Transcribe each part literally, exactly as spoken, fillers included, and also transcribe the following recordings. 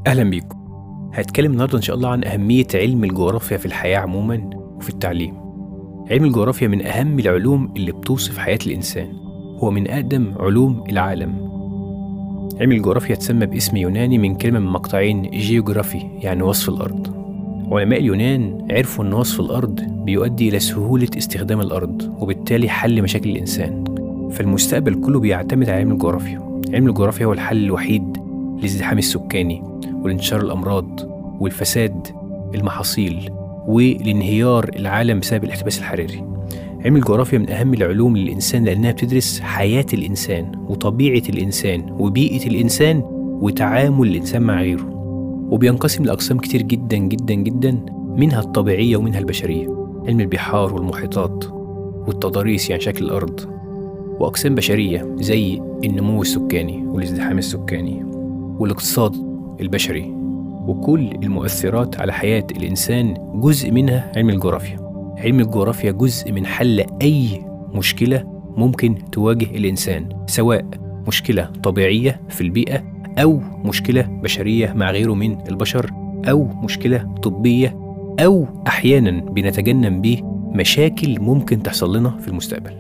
أهلا بيكم. هتكلم النهاردة إن شاء الله عن أهمية علم الجغرافيا في الحياة عموما وفي التعليم. علم الجغرافيا من أهم العلوم اللي بتوصف حياة الإنسان، هو من أقدم علوم العالم. علم الجغرافيا تسمى باسم يوناني من كلمة من مقطعين جيوغرافي يعني وصف الأرض. علماء اليونان عرفوا أن وصف الأرض بيؤدي إلى سهولة استخدام الأرض وبالتالي حل مشاكل الإنسان، فالمستقبل كله بيعتمد على علم الجغرافيا. علم الجغرافيا هو الحل الوحيد للازدحام السكاني والانتشار الأمراض والفساد المحاصيل والانهيار العالم بسبب الاحتباس الحراري. علم الجغرافيا من أهم العلوم للإنسان لأنها بتدرس حياة الإنسان وطبيعة الإنسان وبيئة الإنسان وتعامل الإنسان مع غيره، وبينقسم لأقسام كتير جدا جدا جدا، منها الطبيعية ومنها البشرية، علم البحار والمحيطات والتضاريس يعني شكل الأرض، وأقسام بشرية زي النمو السكاني والازدحام السكاني والاقتصاد البشري، وكل المؤثرات على حياة الإنسان جزء منها علم الجغرافيا. علم الجغرافيا جزء من حل أي مشكلة ممكن تواجه الإنسان، سواء مشكلة طبيعية في البيئة أو مشكلة بشرية مع غيره من البشر أو مشكلة طبية أو أحيانا بنتجنب به مشاكل ممكن تحصل لنا في المستقبل.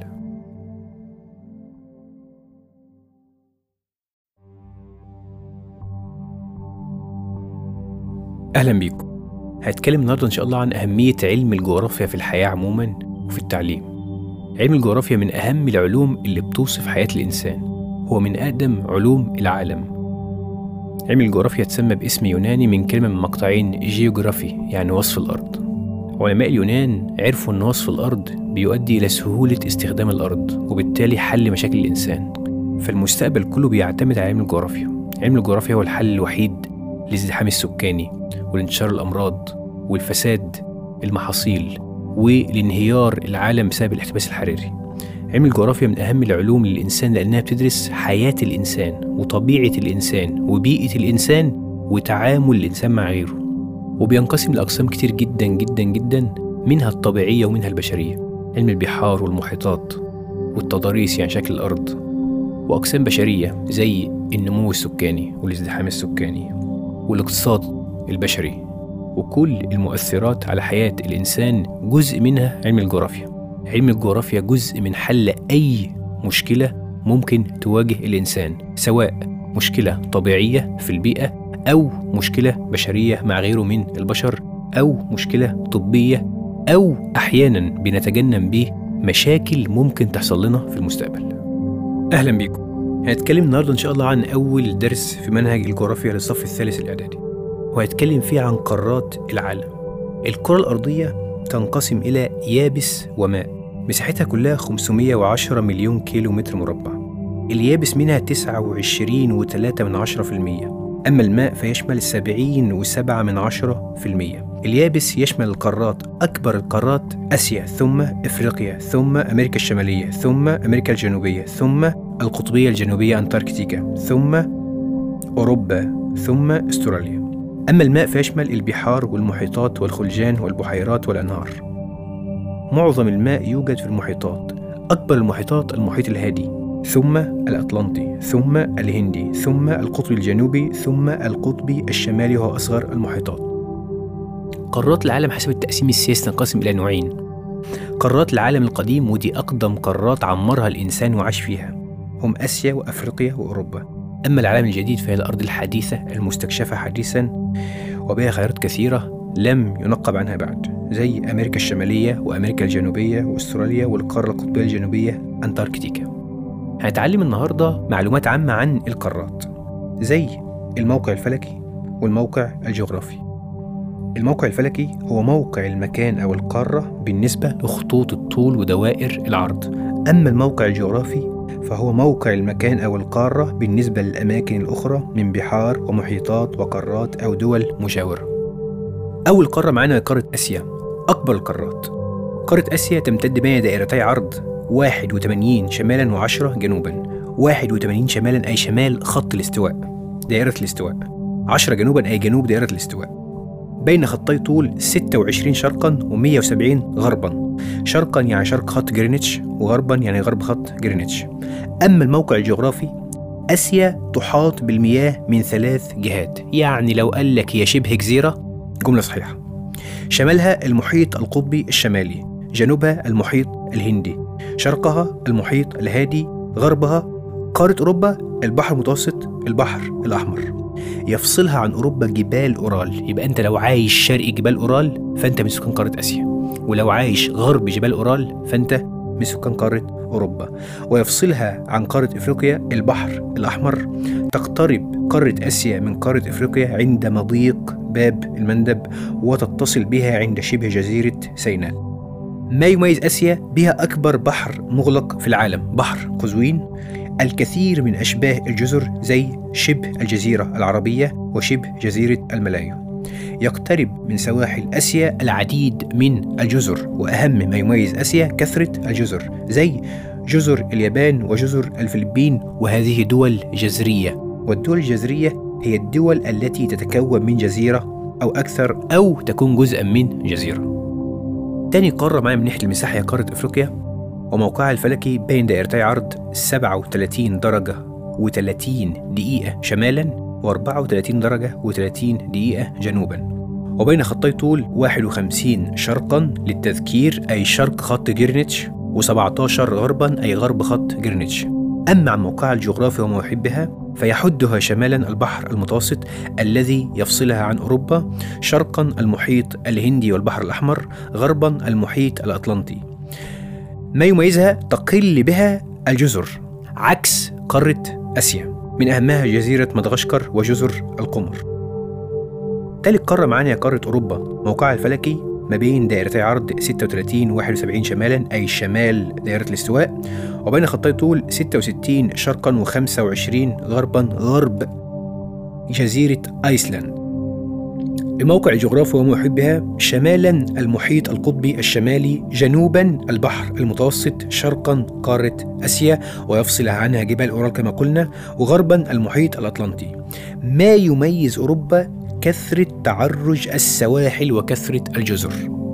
أهلا بيكم. هتكلم النهاردة إن شاء الله عن أهمية علم الجغرافيا في الحياة عموما وفي التعليم. علم الجغرافيا من أهم العلوم اللي بتوصف حياة الإنسان، هو من أقدم علوم العالم. علم الجغرافيا تسمى باسم يوناني من كلمة من مقطعين جيوغرافي يعني وصف الأرض. علماء اليونان عرفوا أن وصف الأرض بيؤدي إلى سهولة استخدام الأرض وبالتالي حل مشاكل الإنسان، فالمستقبل كله بيعتمد على علم الجغرافيا. علم الجغرافيا هو الحل الوحيد للازدحام السكاني والانتشار الأمراض والفساد المحاصيل والانهيار العالم بسبب الاحتباس الحراري. علم الجغرافيا من أهم العلوم للإنسان لأنها بتدرس حياة الإنسان وطبيعة الإنسان وبيئة الإنسان وتعامل الإنسان مع غيره، وبينقسم لأقسام كتير جدا جدا جدا، منها الطبيعية ومنها البشرية، علم البحار والمحيطات والتضاريس يعني شكل الأرض، وأقسام بشرية زي النمو السكاني والازدحام السكاني والاقتصاد البشري، وكل المؤثرات على حياة الإنسان جزء منها علم الجغرافيا. علم الجغرافيا جزء من حل أي مشكلة ممكن تواجه الإنسان، سواء مشكلة طبيعية في البيئة أو مشكلة بشرية مع غيره من البشر أو مشكلة طبية أو أحيانا بنتجنب به مشاكل ممكن تحصل لنا في المستقبل. أهلا بيكم. هنتكلم النهاردة إن شاء الله عن أول درس في منهج الجغرافيا للصف الثالث الإعدادي، وهيتكلم فيه عن قارات العالم. الكرة الأرضية تنقسم إلى يابس وماء، مساحتها كلها خمسمائة وعشرة مليون كيلو متر مربع. اليابس منها تسعة وعشرين فاصلة ثلاثة من عشرة في المية، أما الماء فيشمل سبعين فاصلة سبعة من عشرة في المية. اليابس يشمل القارات، أكبر القارات آسيا ثم إفريقيا ثم أمريكا الشمالية ثم أمريكا الجنوبية ثم القطبية الجنوبية أنتاركتيكا ثم أوروبا ثم أستراليا. أما الماء فيشمل البحار والمحيطات والخلجان والبحيرات والأنهار. معظم الماء يوجد في المحيطات، أكبر المحيطات المحيط الهادي ثم الأطلنطي ثم الهندي ثم القطب الجنوبي ثم القطب الشمالي وهو أصغر المحيطات. قارات العالم حسب التقسيم السياسي تنقسم إلى نوعين: قارات العالم القديم ودي أقدم قارات عمرها الإنسان وعاش فيها، هم آسيا وأفريقيا وأوروبا. أما العالم الجديد فهي الأرض الحديثة المستكشفة حديثا وبها خيارات كثيرة لم ينقب عنها بعد، زي أمريكا الشمالية وأمريكا الجنوبية وأستراليا والقارة القطبية الجنوبية أنتاركتيكا. هنتعلم النهاردة معلومات عامة عن القارات زي الموقع الفلكي والموقع الجغرافي. الموقع الفلكي هو موقع المكان أو القارة بالنسبة لخطوط الطول ودوائر العرض، أما الموقع الجغرافي فهو موقع المكان أو القارة بالنسبة للأماكن الأخرى من بحار ومحيطات وقارات أو دول مجاورة. أول قارة معانا قارة آسيا، أكبر القارات. قارة آسيا تمتد بين دائرتي عرض واحد وثمانين شمالا وعشرة جنوبا. واحد وثمانين شمالا أي شمال خط الاستواء دائرة الاستواء، عشرة جنوبا أي جنوب دائرة الاستواء. بين خطي طول ستة وعشرين شرقا ومئة وسبعين غربا. شرقا يعني شرق خط جرينتش وغربا يعني غرب خط جرينتش. أما الموقع الجغرافي آسيا تحاط بالمياه من ثلاث جهات، يعني لو قال لك هي شبه جزيرة جملة صحيحة. شمالها المحيط القطبي الشمالي، جنوبها المحيط الهندي، شرقها المحيط الهادي، غربها قارة أوروبا، البحر المتوسط، البحر الأحمر. يفصلها عن أوروبا جبال أورال، يبقى أنت لو عايش شرق جبال أورال فأنت من سكان قارة آسيا، ولو عايش غرب جبال أورال فأنت من سكان قارة أوروبا. ويفصلها عن قارة إفريقيا البحر الأحمر. تقترب قارة آسيا من قارة إفريقيا عند مضيق باب المندب، وتتصل بها عند شبه جزيرة سيناء. ما يميز آسيا بها أكبر بحر مغلق في العالم، بحر قزوين. الكثير من أشباه الجزر زي شبه الجزيرة العربية وشبه جزيرة الملايو. يقترب من سواحل آسيا العديد من الجزر، وأهم ما يميز آسيا كثرة الجزر زي جزر اليابان وجزر الفلبين، وهذه دول جزرية. والدول الجزرية هي الدول التي تتكون من جزيرة أو أكثر، أو تكون جزءا من جزيرة. تاني قارة معانا من ناحية المساحة هي قارة أفريقيا، وموقعها الفلكي بين دائرتي عرض سبعة وثلاثين درجة وثلاثين دقيقة شمالا وأربعة وثلاثين درجة وثلاثين دقيقة جنوبا، وبين خطي طول واحد وخمسين شرقا للتذكير أي شرق خط جرينتش، و17 غربا أي غرب خط جرينتش. أما عن موقعها الجغرافي ومحبها فيحدها شمالا البحر المتوسط الذي يفصلها عن أوروبا، شرقا المحيط الهندي والبحر الأحمر، غربا المحيط الأطلنطي. ما يميزها تقل بها الجزر عكس قارة آسيا، من أهمها جزيرة مدغشقر وجزر القمر. تالت قارة معانا هي قارة أوروبا، موقعها الفلكي ما بين دائرتي عرض ستة وثلاثين واحد وسبعين شمالا أي شمال دائرة الاستواء، وبين خطي طول ستة وستين شرقا وخمسة وعشرين غربا غرب جزيرة آيسلاند. الموقع الجغرافي ومحبها شمالا المحيط القطبي الشمالي، جنوبا البحر المتوسط، شرقا قارة آسيا ويفصلها عنها جبال أورال كما قلنا، وغربا المحيط الأطلنطي. ما يميز أوروبا كثرة تعرج السواحل وكثرة الجزر.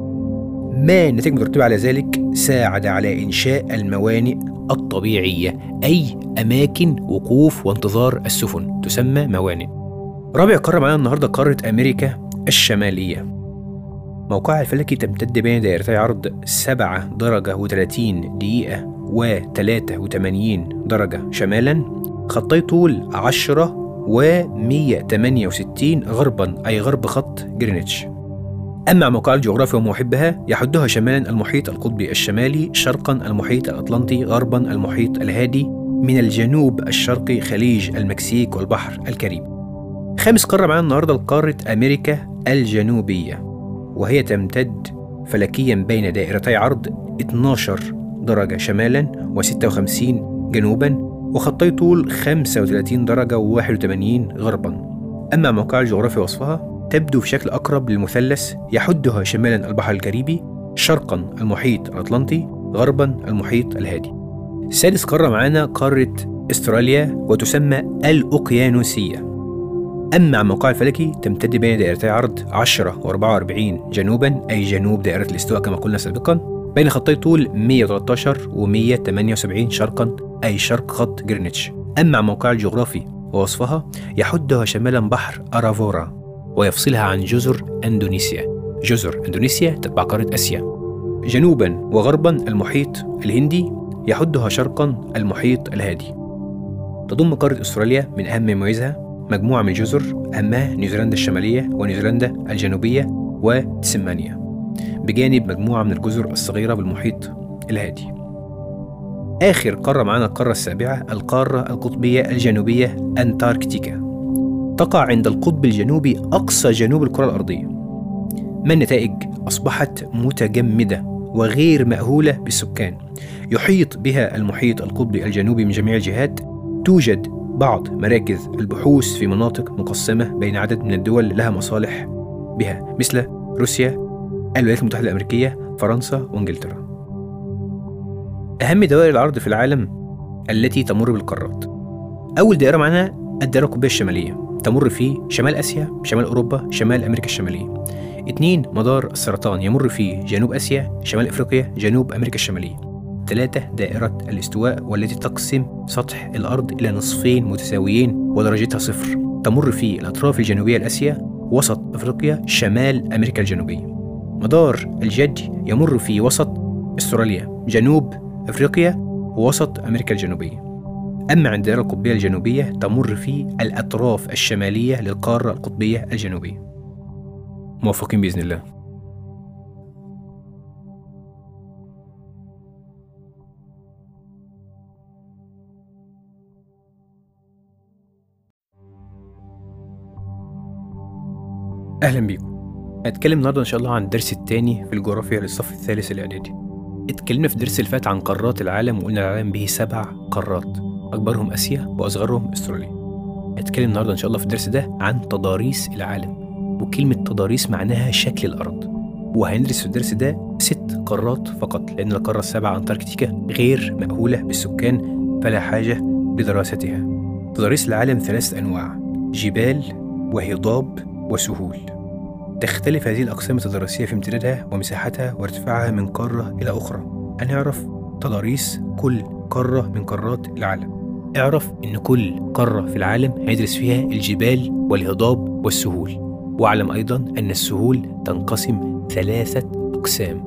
ما النتائج مترتبة على ذلك ساعد على إنشاء الموانئ الطبيعية، أي أماكن وقوف وانتظار السفن تسمى موانئ. رابع قارة معانا النهاردة قارة أمريكا الشمالية، موقعها الفلكي تمتد بين دائرتي عرض سبعة درجة وثلاثين دقيقة وثلاثة وثمانين درجة شمالا، خطي طول عشرة ومية وثمانية وستين غربا أي غرب خط جرينتش. أما موقعها الجغرافي ومحبها يحدها شمالا المحيط القطبي الشمالي، شرقا المحيط الأطلنطي، غربا المحيط الهادي، من الجنوب الشرقي خليج المكسيك والبحر الكاريبي. خامس قارة معانا النهاردة قارة أمريكا الجنوبية، وهي تمتد فلكيا بين دائرتي عرض اثناشر درجة شمالا وستة وخمسين جنوبا، وخطي طول خمسة وثلاثين درجة وواحد وثمانين غربا. أما موقعها الجغرافي وصفها تبدو في شكل أقرب للمثلث، يحدها شمالا البحر الكاريبي، شرقا المحيط الأطلنطي، غربا المحيط الهادي. سادس قارة معانا قارة استراليا، وتسمى الأوقيانوسية. أما عن موقعها الفلكي تمتد بين دائرتي عرض عشرة وأربعة وأربعين جنوبا أي جنوب دائرة الاستواء كما قلنا سابقا، بين خطي طول مية وثلاثة عشر ومية وثمانية وسبعين شرقا أي شرق خط جرينتش. أما عن موقعها الجغرافي ووصفها يحدها شمالا بحر أرافورا ويفصلها عن جزر أندونيسيا. جزر أندونيسيا تتبع قارة آسيا. جنوبا وغربا المحيط الهندي، يحدها شرقا المحيط الهادي. تضم قارة أستراليا من أهم مميزها مجموعة من الجزر، أهمها نيوزيلندا الشمالية ونيوزيلندا الجنوبية وتسمانيا، بجانب مجموعة من الجزر الصغيرة بالمحيط الهادي. آخر قارة معانا القارة السابعة القارة القطبية الجنوبية أنتاركتيكا، تقع عند القطب الجنوبي أقصى جنوب الكرة الأرضية. ما النتائج؟ أصبحت متجمدة وغير مأهولة بالسكان، يحيط بها المحيط القطبي الجنوبي من جميع الجهات. توجد بعض مراكز البحوث في مناطق مقسمة بين عدد من الدول لها مصالح بها، مثل روسيا، الولايات المتحدة الأمريكية، فرنسا وإنجلترا. أهم دوائر العرض في العالم التي تمر بالقارات. أول دائرة معنا الدائرة القطبية الشمالية، تمر في شمال آسيا، شمال أوروبا، شمال أمريكا الشمالية. اتنين مدار السرطان، يمر في جنوب آسيا، شمال أفريقيا، جنوب أمريكا الشمالية. ثلاثة دائرة الاستواء، والتي تقسم سطح الأرض إلى نصفين متساويين ودرجتها صفر، تمر في الأطراف الجنوبية لآسيا، وسط أفريقيا، شمال أمريكا الجنوبية. مدار الجدي يمر في وسط أستراليا، جنوب أفريقيا، ووسط أمريكا الجنوبية. أما عند الدائرة القطبية الجنوبية تمر في الأطراف الشمالية للقارة القطبية الجنوبية. موفقين بإذن الله. أهلا بيكم. هنتكلم النهارده إن شاء الله عن الدرس الثاني في الجغرافيا للصف الثالث الإعدادي. اتكلمنا في الدرس اللي فات عن قارات العالم، وقلنا العالم به سبع قارات، أكبرهم آسيا وأصغرهم أستراليا. هنتكلم النهارده إن شاء الله في الدرس ده عن تضاريس العالم، وكلمة تضاريس معناها شكل الأرض. وهندرس في الدرس ده ست قارات فقط، لأن القارة السابعة أنتاركتيكا غير مأهولة بالسكان، فلا حاجة بدراستها. تضاريس العالم ثلاثة أنواع: جبال وهضاب وسهول. تختلف هذه الأقسام التضاريسية في امتدادها ومساحتها وارتفاعها من قارة إلى أخرى. هنعرف تضاريس كل قارة من قارات العالم. اعرف إن كل قارة في العالم هيدرس فيها الجبال والهضاب والسهول، واعلم أيضا أن السهول تنقسم ثلاثة أقسام: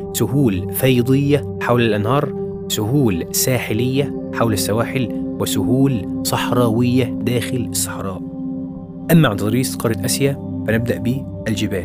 سهول فيضية حول الأنهار، سهول ساحلية حول السواحل، وسهول صحراوية داخل الصحراء. أما عن تضاريس قارة آسيا فنبدأ بالجبال.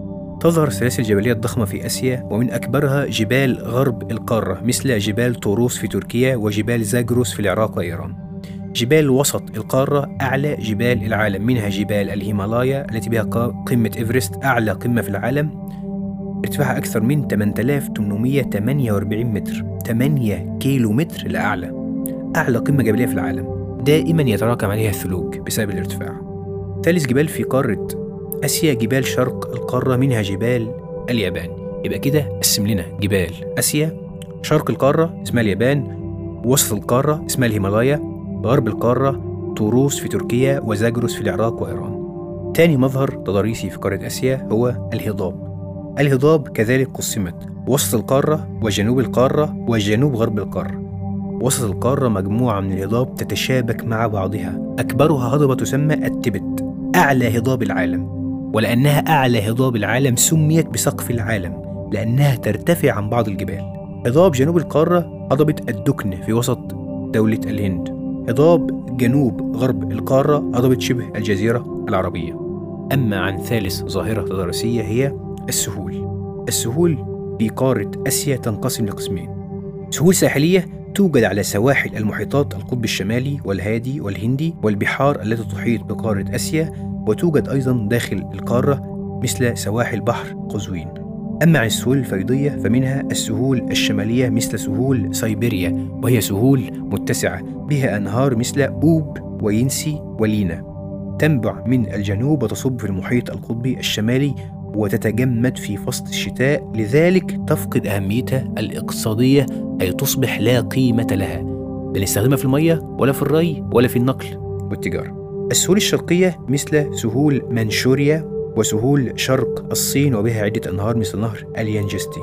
تظهر السلاسل الجبلية الضخمة في آسيا، ومن أكبرها جبال غرب القارة مثل جبال طوروس في تركيا وجبال زاغروس في العراق وإيران. جبال وسط القارة أعلى جبال العالم، منها جبال الهيمالايا التي بها قمة إيفرست أعلى قمة في العالم، ارتفاعها أكثر من ثمانية آلاف وثمانمائة وثمانية وأربعين متر، ثمانية كيلو متر لأعلى. أعلى قمة جبلية في العالم، دائما يتراكم عليها الثلوج بسبب الارتفاع. ثالث جبال في قارة آسيا جبال شرق القارة، منها جبال اليابان. يبقى كده قسم لنا جبال آسيا: شرق القارة اسمها اليابان، وسط القارة اسمها الهيمالايا، غرب القارة طوروس في تركيا وزاغروس في العراق وإيران. تاني مظهر تضاريسي في قارة آسيا هو الهضاب. الهضاب كذلك قسمت: وسط القارة وجنوب القارة وجنوب غرب القارة. وسط القارة مجموعة من الهضاب تتشابك مع بعضها، أكبرها هضبة تسمى التبت، أعلى هضاب العالم. ولأنها أعلى هضاب العالم سميت بسقف العالم، لأنها ترتفع عن بعض الجبال. هضاب جنوب القارة هضبة الدكن في وسط دولة الهند. هضاب جنوب غرب القارة هضبة شبه الجزيرة العربية. أما عن ثالث ظاهرة تضاريسية هي السهول. السهول في قارة آسيا تنقسم لقسمين: سهول ساحلية توجد على سواحل المحيطات القطب الشمالي والهادي والهندي والبحار التي تحيط بقارة آسيا، وتوجد أيضا داخل القارة مثل سواحل بحر قزوين. أما عن السهول الفيضية فمنها السهول الشمالية مثل سهول سيبيريا، وهي سهول متسعة بها أنهار مثل أوب وينسي ولينا، تنبع من الجنوب وتصب في المحيط القطبي الشمالي وتتجمد في فصل الشتاء، لذلك تفقد أهميتها الاقتصادية، أي تصبح لا قيمة لها، لا نستخدمها في المية ولا في الري ولا في النقل والتجارة. السهول الشرقية مثل سهول منشوريا وسهول شرق الصين، وبها عدة أنهار مثل نهر اليانجستي.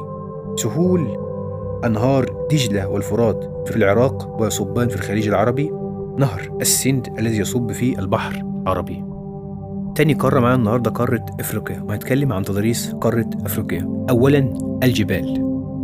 سهول أنهار دجلة والفرات في العراق ويصبان في الخليج العربي، نهر السند الذي يصب في البحر العربي. تاني قارة معانا النهاردة قارة أفريقيا، وهنتكلم عن تضاريس قارة أفريقيا. أولا الجبال.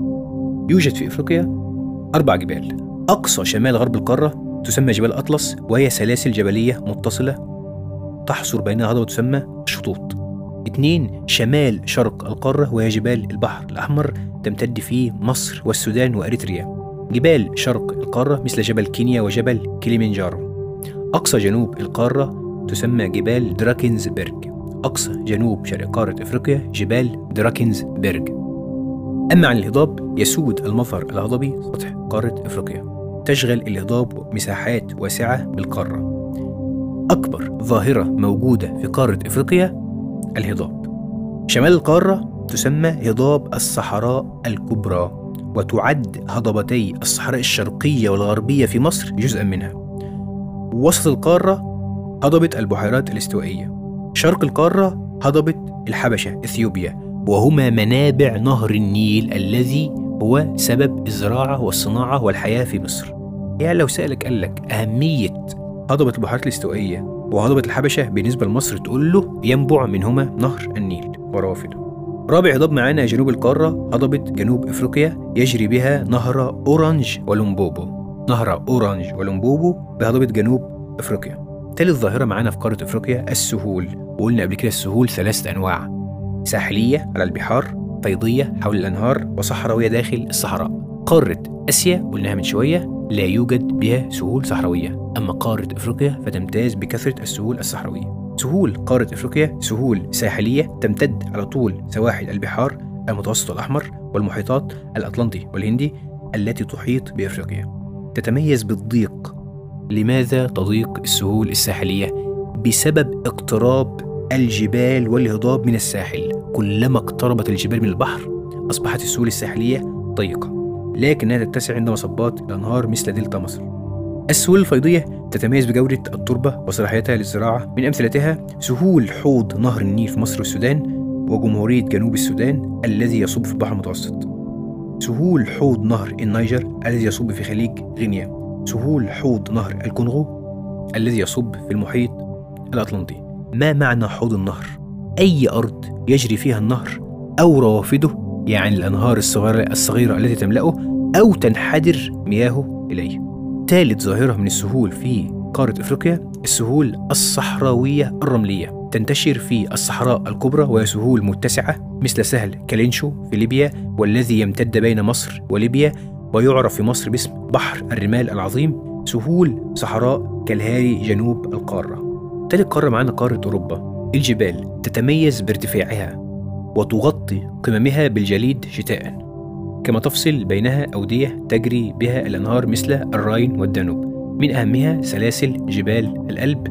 يوجد في أفريقيا أربع جبال. أقصى شمال غرب القارة تسمى جبال أطلس، وهي سلاسل جبلية متصلة تحصر بينها هضبة تسمى شطوط. اثنين شمال شرق القارة، وهي جبال البحر الأحمر تمتد في مصر والسودان وأريتريا. جبال شرق القارة مثل جبل كينيا وجبل كليمنجارو. أقصى جنوب القارة تسمى جبال دراكنزبرج. أقصى جنوب شرق قارة أفريقيا جبال دراكنزبرج. أما عن الهضاب يسود المظهر الهضبي سطح قارة أفريقيا. تشغل الهضاب مساحات واسعة بالقارة. أكبر ظاهرة موجودة في قارة أفريقيا الهضاب. شمال القارة تسمى هضاب الصحراء الكبرى، وتعد هضبتي الصحراء الشرقية والغربية في مصر جزءا منها. وسط القارة هضبة البحيرات الاستوائية. شرق القارة هضبة الحبشة إثيوبيا، وهما منابع نهر النيل الذي هو سبب الزراعة والصناعة والحياة في مصر. يعني لو سألك قال لك أهمية هضبة البحيرات الاستوائية وهضبة الحبشة بالنسبة لمصر، تقول له ينبع منهما نهر النيل وروافده. رابع هضاب معانا جنوب القارة هضبة جنوب أفريقيا يجري بها نهر أورانج ولومبوبو. نهر أورانج ولومبوبو بهضبة جنوب أفريقيا. تالت ظاهرة معانا في قارة أفريقيا السهول، وقلنا قبل كده السهول ثلاثة أنواع: ساحلية على البحار، فيضية حول الأنهار، وصحراوية داخل الصحراء. قارة آسيا قلناها من شوية لا يوجد بها سهول صحراوية، أما قارة أفريقيا فتمتاز بكثرة السهول الصحراوية. سهول قارة أفريقيا سهول ساحلية تمتد على طول سواحل البحار المتوسط والأحمر والمحيطات الأطلنطي والهندي التي تحيط بأفريقيا. تتميز بالضيق. لماذا تضيق السهول الساحلية؟ بسبب اقتراب الجبال والهضاب من الساحل. كلما اقتربت الجبال من البحر أصبحت السهول الساحلية ضيقة، لكنها تتسع عند مصبات الأنهار مثل دلتا مصر. السهول الفيضية تتميز بجودة التربة وصلاحيتها للزراعة. من أمثلتها سهول حوض نهر النيل في مصر والسودان وجمهورية جنوب السودان الذي يصب في البحر المتوسط، سهول حوض نهر النيجر الذي يصب في خليج غينيا، سهول حوض نهر الكونغو الذي يصب في المحيط الأطلنطي. ما معنى حوض النهر؟ أي أرض يجري فيها النهر أو روافده، يعني الأنهار الصغيرة, الصغيرة التي تملأه أو تنحدر مياهه إليه. ثالث ظاهرة من السهول في قارة أفريقيا السهول الصحراوية الرملية، تنتشر في الصحراء الكبرى، وهي سهول متسعة مثل سهل كالينشو في ليبيا والذي يمتد بين مصر وليبيا، ويعرف في مصر باسم بحر الرمال العظيم. سهول صحراء كالهاري جنوب القارة. ثالث قارة معانا قارة أوروبا. الجبال تتميز بارتفاعها وتغطي قممها بالجليد شتاء، كما تفصل بينها أودية تجري بها الأنهار مثل الراين والدانوب. من أهمها سلاسل جبال الألب،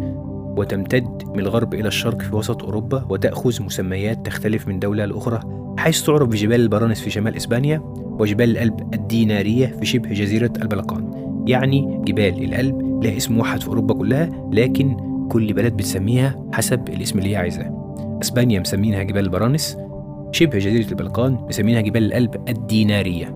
وتمتد من الغرب إلى الشرق في وسط أوروبا، وتأخذ مسميات تختلف من دولة لأخرى، حيث تعرف بجبال البرانس في شمال إسبانيا وجبال الألب الدينارية في شبه جزيرة البلقان. يعني جبال الألب لها اسم واحد في أوروبا كلها، لكن كل بلد بتسميها حسب الاسم اللي هي عايزاه. إسبانيا مسمينها جبال البرانس، شبه جزيرة البلقان مسمينها جبال الألب الدينارية.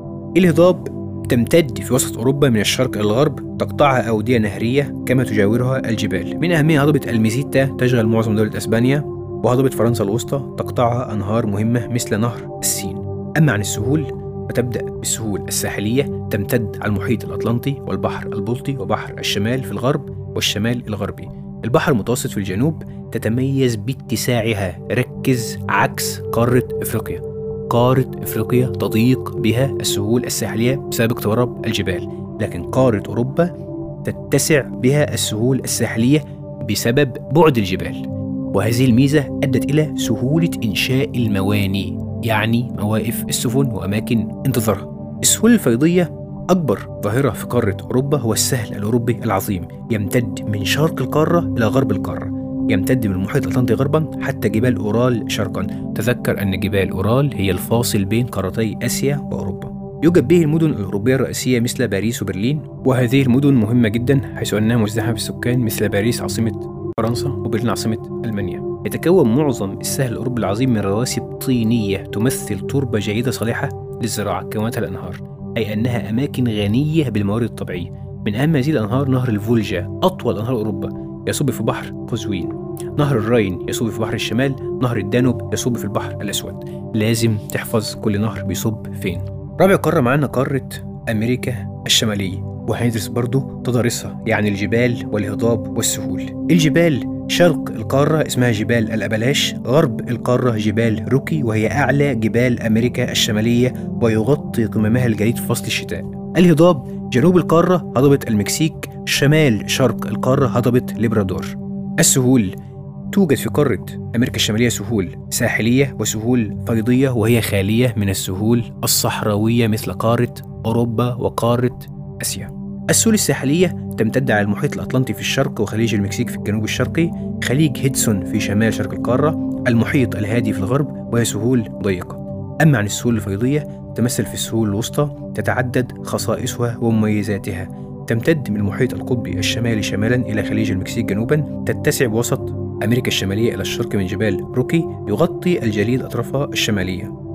الهضاب تمتد في وسط أوروبا من الشرق إلى الغرب، تقطعها أودية نهرية كما تجاورها الجبال. من أهمها هضبة الميزيتا تشغل معظم دولة أسبانيا، وهضبة فرنسا الوسطى تقطعها أنهار مهمة مثل نهر السين. أما عن السهول فتبدأ بالسهول الساحلية تمتد على المحيط الأطلنطي والبحر البلطي وبحر الشمال في الغرب والشمال الغربي. البحر المتوسط في الجنوب تتميز باتساعها، ركز عكس قارة أفريقيا. قارة أفريقيا تضيق بها السهول الساحلية بسبب اقتراب الجبال، لكن قارة أوروبا تتسع بها السهول الساحلية بسبب بعد الجبال، وهذه الميزة أدت إلى سهولة إنشاء المواني، يعني مواقف السفن وأماكن انتظارها. السهول الفيضية أكبر ظاهرة في قارة أوروبا هو السهل الأوروبي العظيم، يمتد من شرق القارة إلى غرب القارة، يمتد من المحيط الأطلنطي غربا حتى جبال أورال شرقا. تذكر أن جبال أورال هي الفاصل بين قارتي آسيا وأوروبا. يوجد به المدن الأوروبية الرئيسية مثل باريس وبرلين، وهذه المدن مهمة جدا حيث أنها مزدحمة بالسكان، مثل باريس عاصمة فرنسا وبرلين عاصمة ألمانيا. يتكون معظم السهل الأوروبي العظيم من رواسب طينية تمثل تربة جيدة صالحة للزراعة كونتها الأنهار، أي أنها أماكن غنية بالموارد الطبيعية. من أهم هذه الأنهار نهر الفولجا، أطول أنهار أوروبا، يصب في بحر قزوين. نهر الراين يصب في بحر الشمال. نهر الدانوب يصب في البحر الأسود. لازم تحفظ كل نهر بيصب فين. رابع قارة معانا قارة أمريكا الشمالية، وهندرس برضو تضاريسها، يعني الجبال والهضاب والسهول. الجبال شرق القارة اسمها جبال الأبلاش، غرب القارة جبال روكي وهي أعلى جبال أمريكا الشمالية ويغطي قممها الجليد في فصل الشتاء. الهضاب جنوب القارة هضبة المكسيك، شمال شرق القارة هضبة ليبرادور. السهول توجد في قارة أمريكا الشمالية سهول ساحلية وسهول فيضية، وهي خالية من السهول الصحراوية مثل قارة أوروبا وقارة آسيا. السهول الساحلية تمتد على المحيط الأطلنطي في الشرق وخليج المكسيك في الجنوب الشرقي، خليج هيدسون في شمال شرق القارة، المحيط الهادي في الغرب، وهي سهول ضيقة. أما عن السهول الفيضية تمثل في السهول الوسطى، تتعدد خصائصها ومميزاتها، تمتد من المحيط القطبي الشمالي شمالا إلى خليج المكسيك جنوبا، تتسع بوسط أمريكا الشمالية إلى الشرق من جبال روكي، يغطي الجليد أطرافها الشمالية.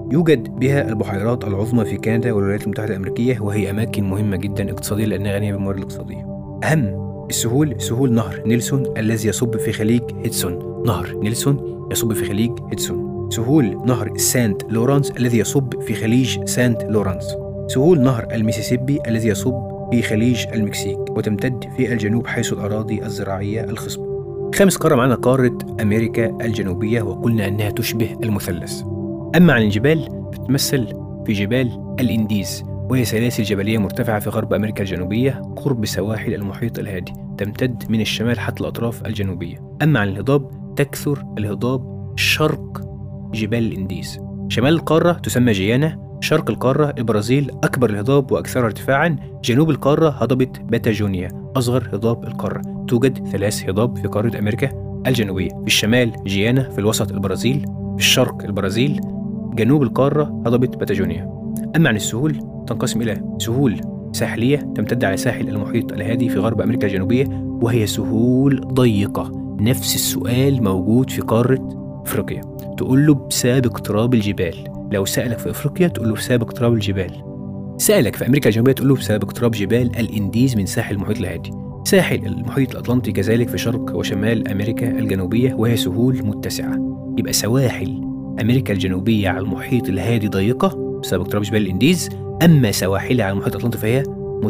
يوجد بها البحيرات العظمى في كندا والولايات المتحدة الأمريكية، وهي أماكن مهمة جدا اقتصاديا لأنها غنية بالموارد الاقتصادية. أهم السهول سهول نهر نيلسون الذي يصب في خليج هيدسون. نهر نيلسون يصب في خليج هيدسون. سهول نهر سانت لورانس الذي يصب في خليج سانت لورانس. سهول نهر الميسيسيبي الذي يصب في خليج المكسيك وتمتد في الجنوب حيث الأراضي الزراعية الخصبة. خامس قارة معنا قارة أمريكا الجنوبية، وقلنا أنها تشبه المثلث. أما عن الجبال فتتمثل في جبال الإنديز، وهي سلاسل جبلية مرتفعة في غرب أمريكا الجنوبية قرب سواحل المحيط الهادي، تمتد من الشمال حتى الأطراف الجنوبية. أما عن الهضاب تكثر الهضاب شرق جبال الإنديز. شمال القارة تسمى جيانا، شرق القارة البرازيل أكبر الهضاب وأكثرها ارتفاعا، جنوب القارة هضبة باتاجونيا أصغر هضاب القارة. توجد ثلاث هضاب في قارة أمريكا الجنوبية، في الشمال جيانا، في الوسط البرازيل، في الشرق البرازيل، جنوب القارة هضبة باتاجونيا. أما عن السهول تنقسم إلى سهول ساحلية تمتد على ساحل المحيط الهادي في غرب أمريكا الجنوبية، وهي سهول ضيقة. نفس السؤال موجود في قارة أفريقيا، تقول له بسبب اقتراب الجبال. لو سألك في أفريقيا تقول له بسبب اقتراب الجبال. سألك في أمريكا الجنوبية تقول له بسبب اقتراب جبال الإنديز من ساحل المحيط الهادي. ساحل المحيط الأطلنطي كذلك في شرق وشمال أمريكا الجنوبية، وهي سهول متسعة. يبقى سواحل أمريكا الجنوبية على المحيط الهادي ضيقة بسبب اقتراب جبال الإنديز، أما سواحلها على المحيط الأطلنطي فهي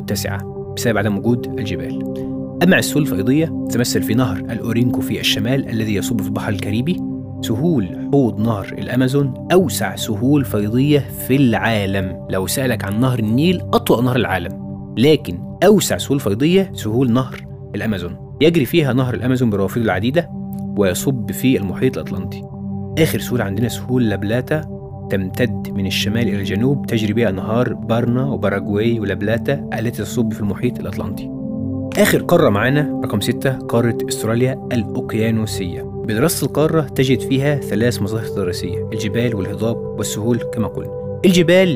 متسعة بسبب عدم وجود الجبال. أما السهول الفيضية تتمثل في نهر الأورينكو في الشمال الذي يصب في البحر الكاريبي. سهول حوض نهر الأمازون أوسع سهول فيضية في العالم. لو سألك عن نهر النيل أطول نهر العالم، لكن أوسع سهول فيضية سهول نهر الأمازون، يجري فيها نهر الأمازون بروافده العديدة ويصب في المحيط الأطلنطي. آخر سهول عندنا سهول لابلاتا تمتد من الشمال إلى الجنوب، تجري بها أنهار بارنا وباراغواي ولابلاتا التي تصب في المحيط الأطلنطي. آخر قارة معانا رقم ستة قارة أستراليا الأوقيانوسية. بدراسة القارة تجد فيها ثلاث مظاهر رئيسية: الجبال والهضاب والسهول كما قلنا. الجبال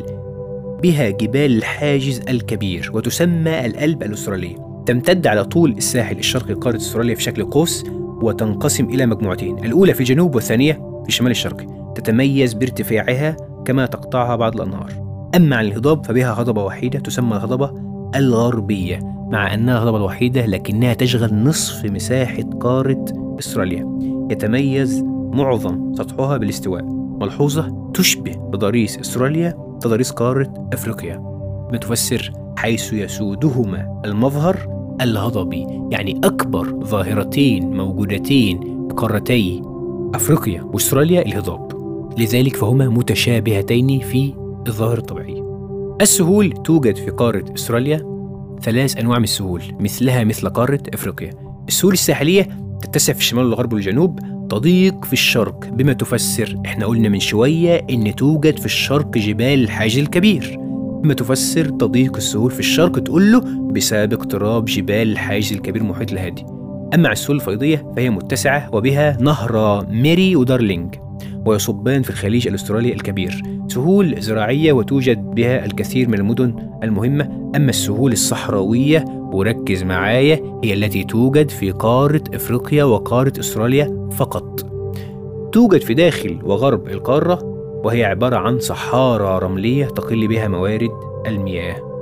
بها جبال الحاجز الكبير وتسمى الألب الأسترالية، تمتد على طول الساحل الشرقي لقارة أستراليا في شكل قوس، وتنقسم إلى مجموعتين، الأولى في الجنوب والثانية في الشمال الشرقي، تتميز بارتفاعها كما تقطعها بعض الأنهار. أما عن الهضاب فبها هضبة وحيدة تسمى الهضبة الغربية، مع أنها الهضبة الوحيدة لكنها تشغل نصف مساحة قارة أستراليا. يتميز معظم سطحها بالاستواء. ملحوظة تشبه تضاريس أستراليا تضاريس قارة أفريقيا، ما تفسر حيث يسودهما المظهر الهضبي، يعني أكبر ظاهرتين موجودتين في قارتي أفريقيا وأستراليا الهضاب، لذلك فهما متشابهتين في الظاهرة الطبيعية. السهول توجد في قارة أستراليا ثلاث أنواع من السهول مثلها مثل قارة أفريقيا. السهول الساحلية تتسع في الشمال والغرب والجنوب، تضيق في الشرق، بما تفسر احنا قلنا من شوية ان توجد في الشرق جبال الحاجز الكبير، بما تفسر تضيق السهول في الشرق تقول له بسبب اقتراب جبال الحاجز الكبير محيط الهادي. اما على السهول الفيضية فهي متسعة وبها نهر ميري ودارلينج ويصبان في الخليج الاسترالي الكبير. سهول زراعية وتوجد بها الكثير من المدن المهمة. أما السهول الصحراوية وركز معايا هي التي توجد في قارة أفريقيا وقارة أستراليا فقط، توجد في داخل وغرب القارة، وهي عبارة عن صحارى رملية تقل بها موارد المياه.